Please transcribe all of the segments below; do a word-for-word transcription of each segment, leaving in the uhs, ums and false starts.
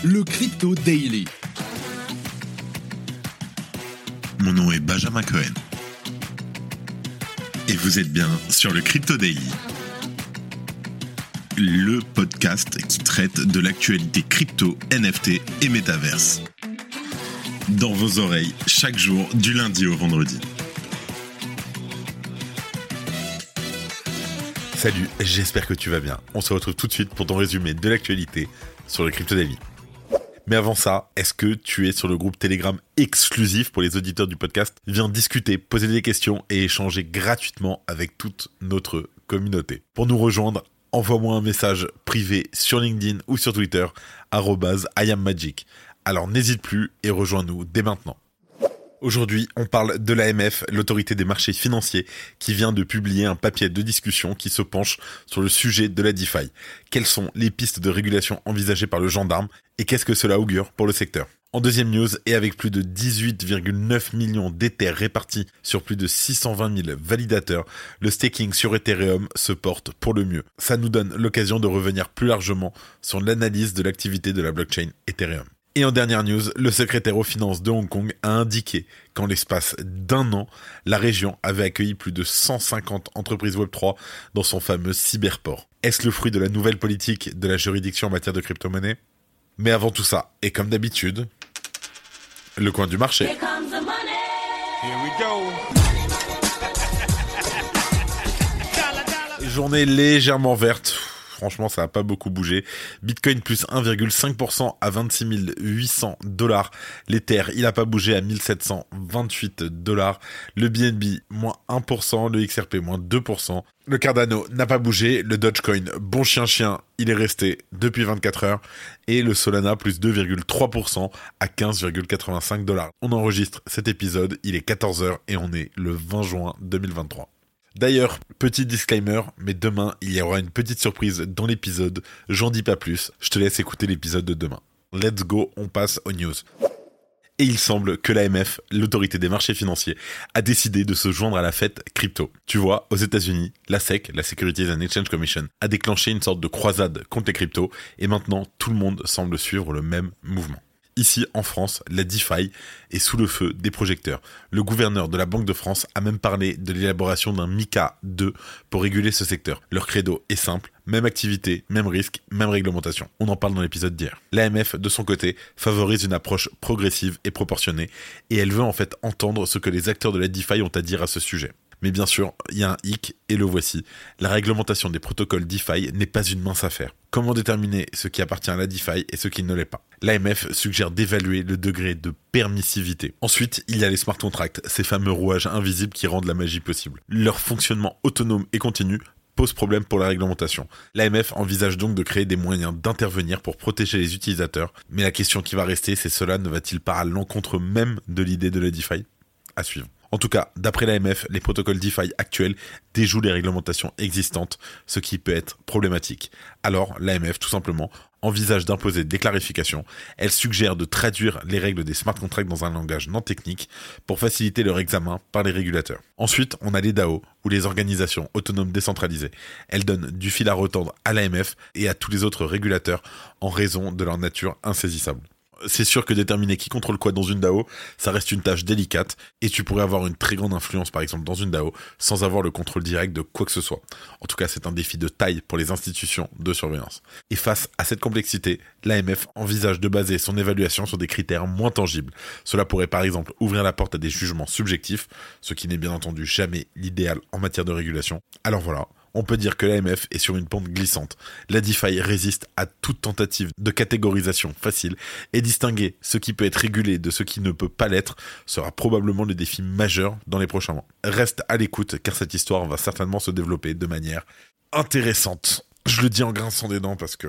le Crypto Daily. Mon nom est Benjamin Cohen. Et vous êtes bien sur le Crypto Daily, le podcast qui traite de l'actualité crypto, N F T et métaverse. Dans vos oreilles, chaque jour, du lundi au vendredi. Salut, j'espère que tu vas bien. On se retrouve tout de suite pour ton résumé de l'actualité sur le Crypto Daily. Mais avant ça, est-ce que tu es sur le groupe Telegram exclusif pour les auditeurs du podcast ? Viens discuter, poser des questions et échanger gratuitement avec toute notre communauté. Pour nous rejoindre, envoie-moi un message privé sur LinkedIn ou sur Twitter, arobase IamMagic. Alors n'hésite plus et rejoins-nous dès maintenant. Aujourd'hui, on parle de l'A M F, l'autorité des marchés financiers, qui vient de publier un papier de discussion qui se penche sur le sujet de la DeFi. Quelles sont les pistes de régulation envisagées par le gendarme et qu'est-ce que cela augure pour le secteur ? En deuxième news, et avec plus de dix-huit virgule neuf millions d'Ether répartis sur plus de six cent vingt mille validateurs, le staking sur Ethereum se porte pour le mieux. Ça nous donne l'occasion de revenir plus largement sur l'analyse de l'activité de la blockchain Ethereum. Et en dernière news, le secrétaire aux finances de Hong Kong a indiqué qu'en l'espace d'un an, la région avait accueilli plus de cent cinquante entreprises web trois dans son fameux cyberport. Est-ce le fruit de la nouvelle politique de la juridiction en matière de crypto-monnaie ? Mais avant tout ça, et comme d'habitude, le coin du marché. Here comes the money. Here we go. Journée légèrement verte. Franchement, ça n'a pas beaucoup bougé. Bitcoin plus un virgule cinq pour cent à vingt-six mille huit cents dollars. L'Ether, il n'a pas bougé à mille sept cent vingt-huit dollars. Le B N B, moins un pour cent. Le X R P, moins deux pour cent. Le Cardano n'a pas bougé. Le Dogecoin, bon chien-chien, il est resté depuis vingt-quatre heures. Et le Solana, plus deux virgule trois pour cent à quinze virgule quatre-vingt-cinq dollars. On enregistre cet épisode, il est quatorze heures et on est le vingt juin deux mille vingt-trois. D'ailleurs, petit disclaimer, mais demain, il y aura une petite surprise dans l'épisode. J'en dis pas plus, je te laisse écouter l'épisode de demain. Let's go, on passe aux news. Et il semble que l'A M F, l'autorité des marchés financiers, a décidé de se joindre à la fête crypto. Tu vois, aux États-Unis, la S E C, la Securities and Exchange Commission, a déclenché une sorte de croisade contre les cryptos et maintenant tout le monde semble suivre le même mouvement. Ici, en France, la DeFi est sous le feu des projecteurs. Le gouverneur de la Banque de France a même parlé de l'élaboration d'un MiCA deux pour réguler ce secteur. Leur credo est simple, même activité, même risque, même réglementation. On en parle dans l'épisode d'hier. L'A M F, de son côté, favorise une approche progressive et proportionnée, et elle veut en fait entendre ce que les acteurs de la DeFi ont à dire à ce sujet. Mais bien sûr, il y a un hic, et le voici. La réglementation des protocoles DeFi n'est pas une mince affaire. Comment déterminer ce qui appartient à la DeFi et ce qui ne l'est pas ? L'A M F suggère d'évaluer le degré de permissivité. Ensuite, il y a les smart contracts, ces fameux rouages invisibles qui rendent la magie possible. Leur fonctionnement autonome et continu pose problème pour la réglementation. L'A M F envisage donc de créer des moyens d'intervenir pour protéger les utilisateurs. Mais la question qui va rester, c'est cela ne va-t-il pas à l'encontre même de l'idée de la DeFi ? À suivre. En tout cas, d'après l'A M F, les protocoles DeFi actuels déjouent les réglementations existantes, ce qui peut être problématique. Alors, l'A M F, tout simplement, envisage d'imposer des clarifications. Elle suggère de traduire les règles des smart contracts dans un langage non technique pour faciliter leur examen par les régulateurs. Ensuite, on a les D A O, ou les organisations autonomes décentralisées. Elles donnent du fil à retordre à l'A M F et à tous les autres régulateurs en raison de leur nature insaisissable. C'est sûr que déterminer qui contrôle quoi dans une D A O, ça reste une tâche délicate et tu pourrais avoir une très grande influence par exemple dans une D A O sans avoir le contrôle direct de quoi que ce soit. En tout cas, c'est un défi de taille pour les institutions de surveillance. Et face à cette complexité, l'A M F envisage de baser son évaluation sur des critères moins tangibles. Cela pourrait par exemple ouvrir la porte à des jugements subjectifs, ce qui n'est bien entendu jamais l'idéal en matière de régulation. Alors voilà. On peut dire que l'A M F est sur une pente glissante. La DeFi résiste à toute tentative de catégorisation facile et distinguer ce qui peut être régulé de ce qui ne peut pas l'être sera probablement le défi majeur dans les prochains mois. Reste à l'écoute car cette histoire va certainement se développer de manière intéressante. Je le dis en grinçant des dents parce que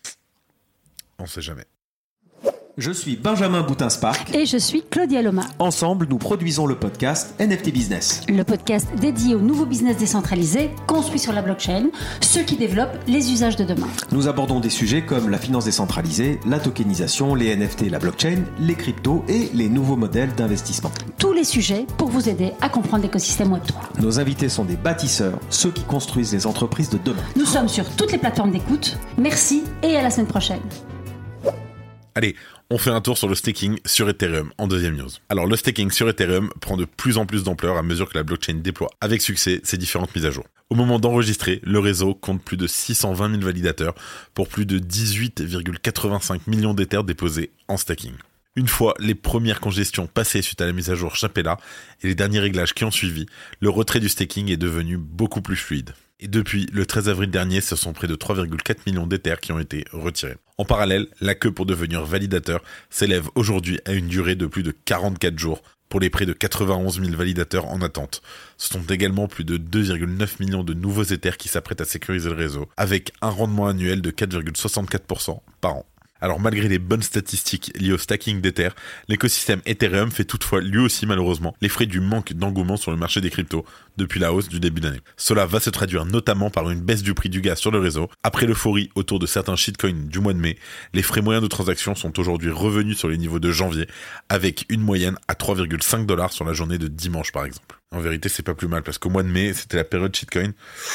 on sait jamais. Je suis Benjamin Boutin-Spark. Et je suis Claudia Loma. Ensemble, nous produisons le podcast N F T Business. Le podcast dédié aux nouveaux business décentralisés, construits sur la blockchain, ceux qui développent les usages de demain. Nous abordons des sujets comme la finance décentralisée, la tokenisation, les N F T et la blockchain, les cryptos et les nouveaux modèles d'investissement. Tous les sujets pour vous aider à comprendre l'écosystème web trois. Nos invités sont des bâtisseurs, ceux qui construisent les entreprises de demain. Nous sommes sur toutes les plateformes d'écoute. Merci et à la semaine prochaine. Allez, on fait un tour sur le staking sur Ethereum en deuxième news. Alors, le staking sur Ethereum prend de plus en plus d'ampleur à mesure que la blockchain déploie avec succès ses différentes mises à jour. Au moment d'enregistrer, le réseau compte plus de six cent vingt mille validateurs pour plus de dix-huit virgule quatre-vingt-cinq millions d'Ethers déposés en staking. Une fois les premières congestions passées suite à la mise à jour Chapella et les derniers réglages qui ont suivi, le retrait du staking est devenu beaucoup plus fluide. Et depuis le treize avril dernier, ce sont près de trois virgule quatre millions d'Ethers qui ont été retirés. En parallèle, la queue pour devenir validateur s'élève aujourd'hui à une durée de plus de quarante-quatre jours pour les près de quatre-vingt-onze mille validateurs en attente. Ce sont également plus de deux virgule neuf millions de nouveaux Ethers qui s'apprêtent à sécuriser le réseau, avec un rendement annuel de quatre virgule soixante-quatre pour cent par an. Alors malgré les bonnes statistiques liées au stacking d'Ether, l'écosystème Ethereum fait toutefois lui aussi malheureusement les frais du manque d'engouement sur le marché des cryptos depuis la hausse du début d'année. Cela va se traduire notamment par une baisse du prix du gaz sur le réseau. Après l'euphorie autour de certains shitcoins du mois de mai, les frais moyens de transaction sont aujourd'hui revenus sur les niveaux de janvier, avec une moyenne à trois virgule cinq dollars sur la journée de dimanche par exemple. En vérité c'est pas plus mal parce qu'au mois de mai c'était la période shitcoin.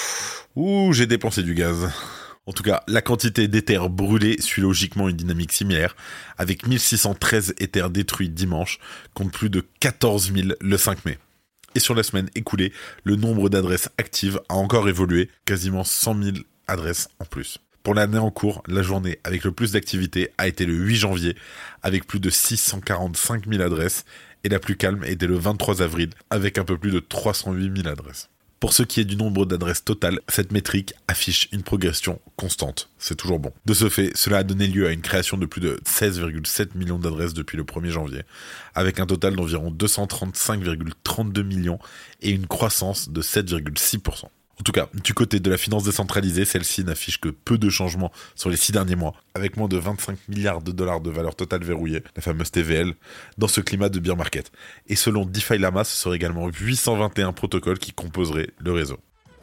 Ouh, j'ai dépensé du gaz. En tout cas, la quantité d'Ethers brûlés suit logiquement une dynamique similaire, avec mille six cent treize Ethers détruits dimanche, contre plus de quatorze mille le cinq mai. Et sur la semaine écoulée, le nombre d'adresses actives a encore évolué, quasiment cent mille adresses en plus. Pour l'année en cours, la journée avec le plus d'activité a été le huit janvier, avec plus de six cent quarante-cinq mille adresses, et la plus calme était le vingt-trois avril, avec un peu plus de trois cent huit mille adresses. Pour ce qui est du nombre d'adresses totales, cette métrique affiche une progression constante. C'est toujours bon. De ce fait, cela a donné lieu à une création de plus de seize virgule sept millions d'adresses depuis le premier janvier, avec un total d'environ deux cent trente-cinq virgule trente-deux millions et une croissance de sept virgule six pour cent. En tout cas, du côté de la finance décentralisée, celle-ci n'affiche que peu de changements sur les six derniers mois, avec moins de vingt-cinq milliards de dollars de valeur totale verrouillée, la fameuse T V L, dans ce climat de bear market. Et selon DeFi Lama, ce serait également huit cent vingt et un protocoles qui composeraient le réseau.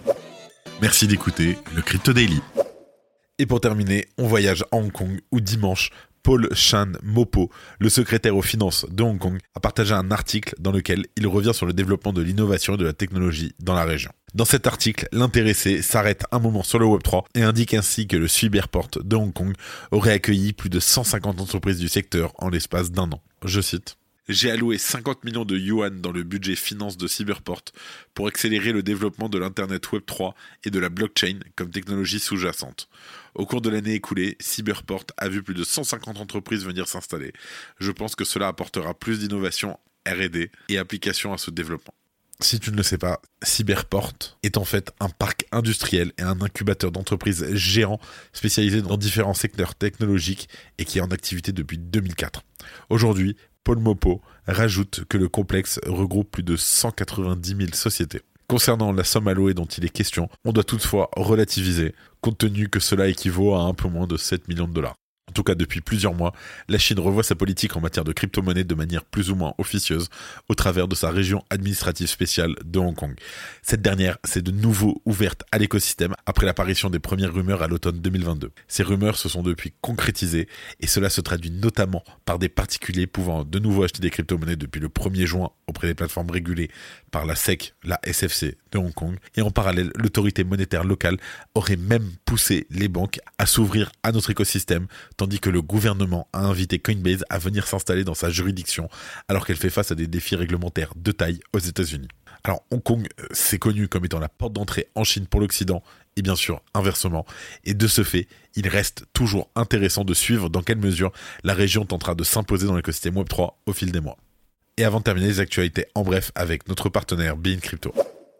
Merci d'écouter le Crypto Daily. Et pour terminer, on voyage à Hong Kong où dimanche, Paul Chan Mopo, le secrétaire aux finances de Hong Kong, a partagé un article dans lequel il revient sur le développement de l'innovation et de la technologie dans la région. Dans cet article, l'intéressé s'arrête un moment sur le web trois et indique ainsi que le Cyberport de Hong Kong aurait accueilli plus de cent cinquante entreprises du secteur en l'espace d'un an. Je cite. J'ai alloué cinquante millions de yuan dans le budget finance de Cyberport pour accélérer le développement de l'Internet web trois et de la blockchain comme technologie sous-jacente. Au cours de l'année écoulée, Cyberport a vu plus de cent cinquante entreprises venir s'installer. Je pense que cela apportera plus d'innovation, R et D et application à ce développement. Si tu ne le sais pas, Cyberport est en fait un parc industriel et un incubateur d'entreprises géants spécialisés dans différents secteurs technologiques et qui est en activité depuis deux mille quatre. Aujourd'hui, Paul Mopo rajoute que le complexe regroupe plus de cent quatre-vingt-dix mille sociétés. Concernant la somme allouée dont il est question, on doit toutefois relativiser, compte tenu que cela équivaut à un peu moins de sept millions de dollars. En tout cas, depuis plusieurs mois, la Chine revoit sa politique en matière de crypto-monnaie de manière plus ou moins officieuse au travers de sa région administrative spéciale de Hong Kong. Cette dernière s'est de nouveau ouverte à l'écosystème après l'apparition des premières rumeurs à l'automne deux mille vingt-deux. Ces rumeurs se sont depuis concrétisées et cela se traduit notamment par des particuliers pouvant de nouveau acheter des crypto-monnaies depuis le premier juin auprès des plateformes régulées par la S E C, la S F C de Hong Kong. Et en parallèle, l'autorité monétaire locale aurait même poussé les banques à s'ouvrir à notre écosystème, tandis que le gouvernement a invité Coinbase à venir s'installer dans sa juridiction alors qu'elle fait face à des défis réglementaires de taille aux États-Unis. Alors Hong Kong, c'est connu comme étant la porte d'entrée en Chine pour l'Occident et bien sûr inversement. Et de ce fait, il reste toujours intéressant de suivre dans quelle mesure la région tentera de s'imposer dans l'écosystème web trois au fil des mois. Et avant de terminer les actualités en bref avec notre partenaire Bein Crypto.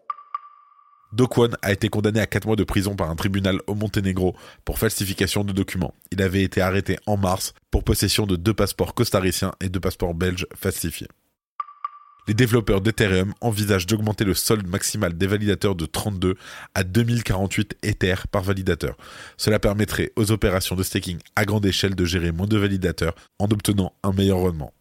Do Kwon a été condamné à quatre mois de prison par un tribunal au Monténégro pour falsification de documents. Il avait été arrêté en mars pour possession de deux passeports costariciens et deux passeports belges falsifiés. Les développeurs d'Ethereum envisagent d'augmenter le solde maximal des validateurs de trente-deux à deux mille quarante-huit Ethers par validateur. Cela permettrait aux opérations de staking à grande échelle de gérer moins de validateurs en obtenant un meilleur rendement.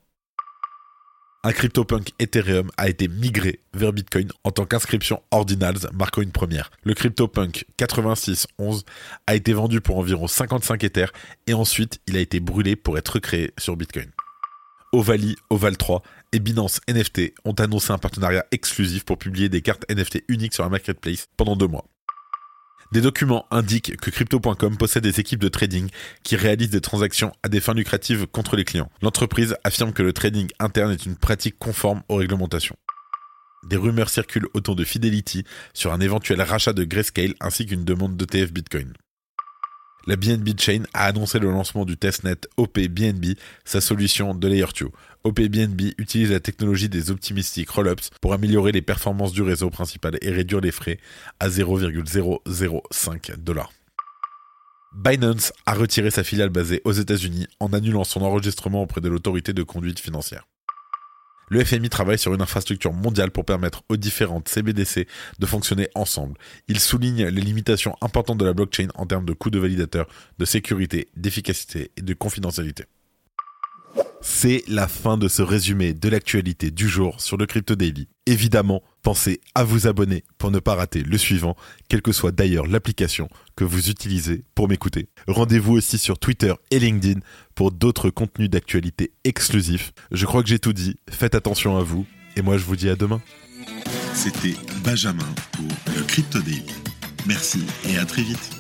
Un CryptoPunk Ethereum a été migré vers Bitcoin en tant qu'inscription ordinals, marquant une première. Le CryptoPunk quatre-vingt-six onze a été vendu pour environ cinquante-cinq Ethers et ensuite il a été brûlé pour être recréé sur Bitcoin. Ovaly, Oval trois et Binance N F T ont annoncé un partenariat exclusif pour publier des cartes N F T uniques sur la marketplace pendant deux mois. Des documents indiquent que crypto point com possède des équipes de trading qui réalisent des transactions à des fins lucratives contre les clients. L'entreprise affirme que le trading interne est une pratique conforme aux réglementations. Des rumeurs circulent autour de Fidelity sur un éventuel rachat de Grayscale ainsi qu'une demande d'E T F Bitcoin. La B N B Chain a annoncé le lancement du testnet O P B N B, sa solution de Layer deux. O P B N B utilise la technologie des optimistic rollups pour améliorer les performances du réseau principal et réduire les frais à zéro virgule zéro zéro cinq dollars. Binance a retiré sa filiale basée aux États-Unis en annulant son enregistrement auprès de l'autorité de conduite financière. Le F M I travaille sur une infrastructure mondiale pour permettre aux différentes C B D C de fonctionner ensemble. Il souligne les limitations importantes de la blockchain en termes de coûts de validateur, de sécurité, d'efficacité et de confidentialité. C'est la fin de ce résumé de l'actualité du jour sur le Crypto Daily. Évidemment, pensez à vous abonner pour ne pas rater le suivant, quelle que soit d'ailleurs l'application que vous utilisez pour m'écouter. Rendez-vous aussi sur Twitter et LinkedIn pour d'autres contenus d'actualité exclusifs. Je crois que j'ai tout dit, faites attention à vous, et moi je vous dis à demain. C'était Benjamin pour le Crypto Daily. Merci et à très vite.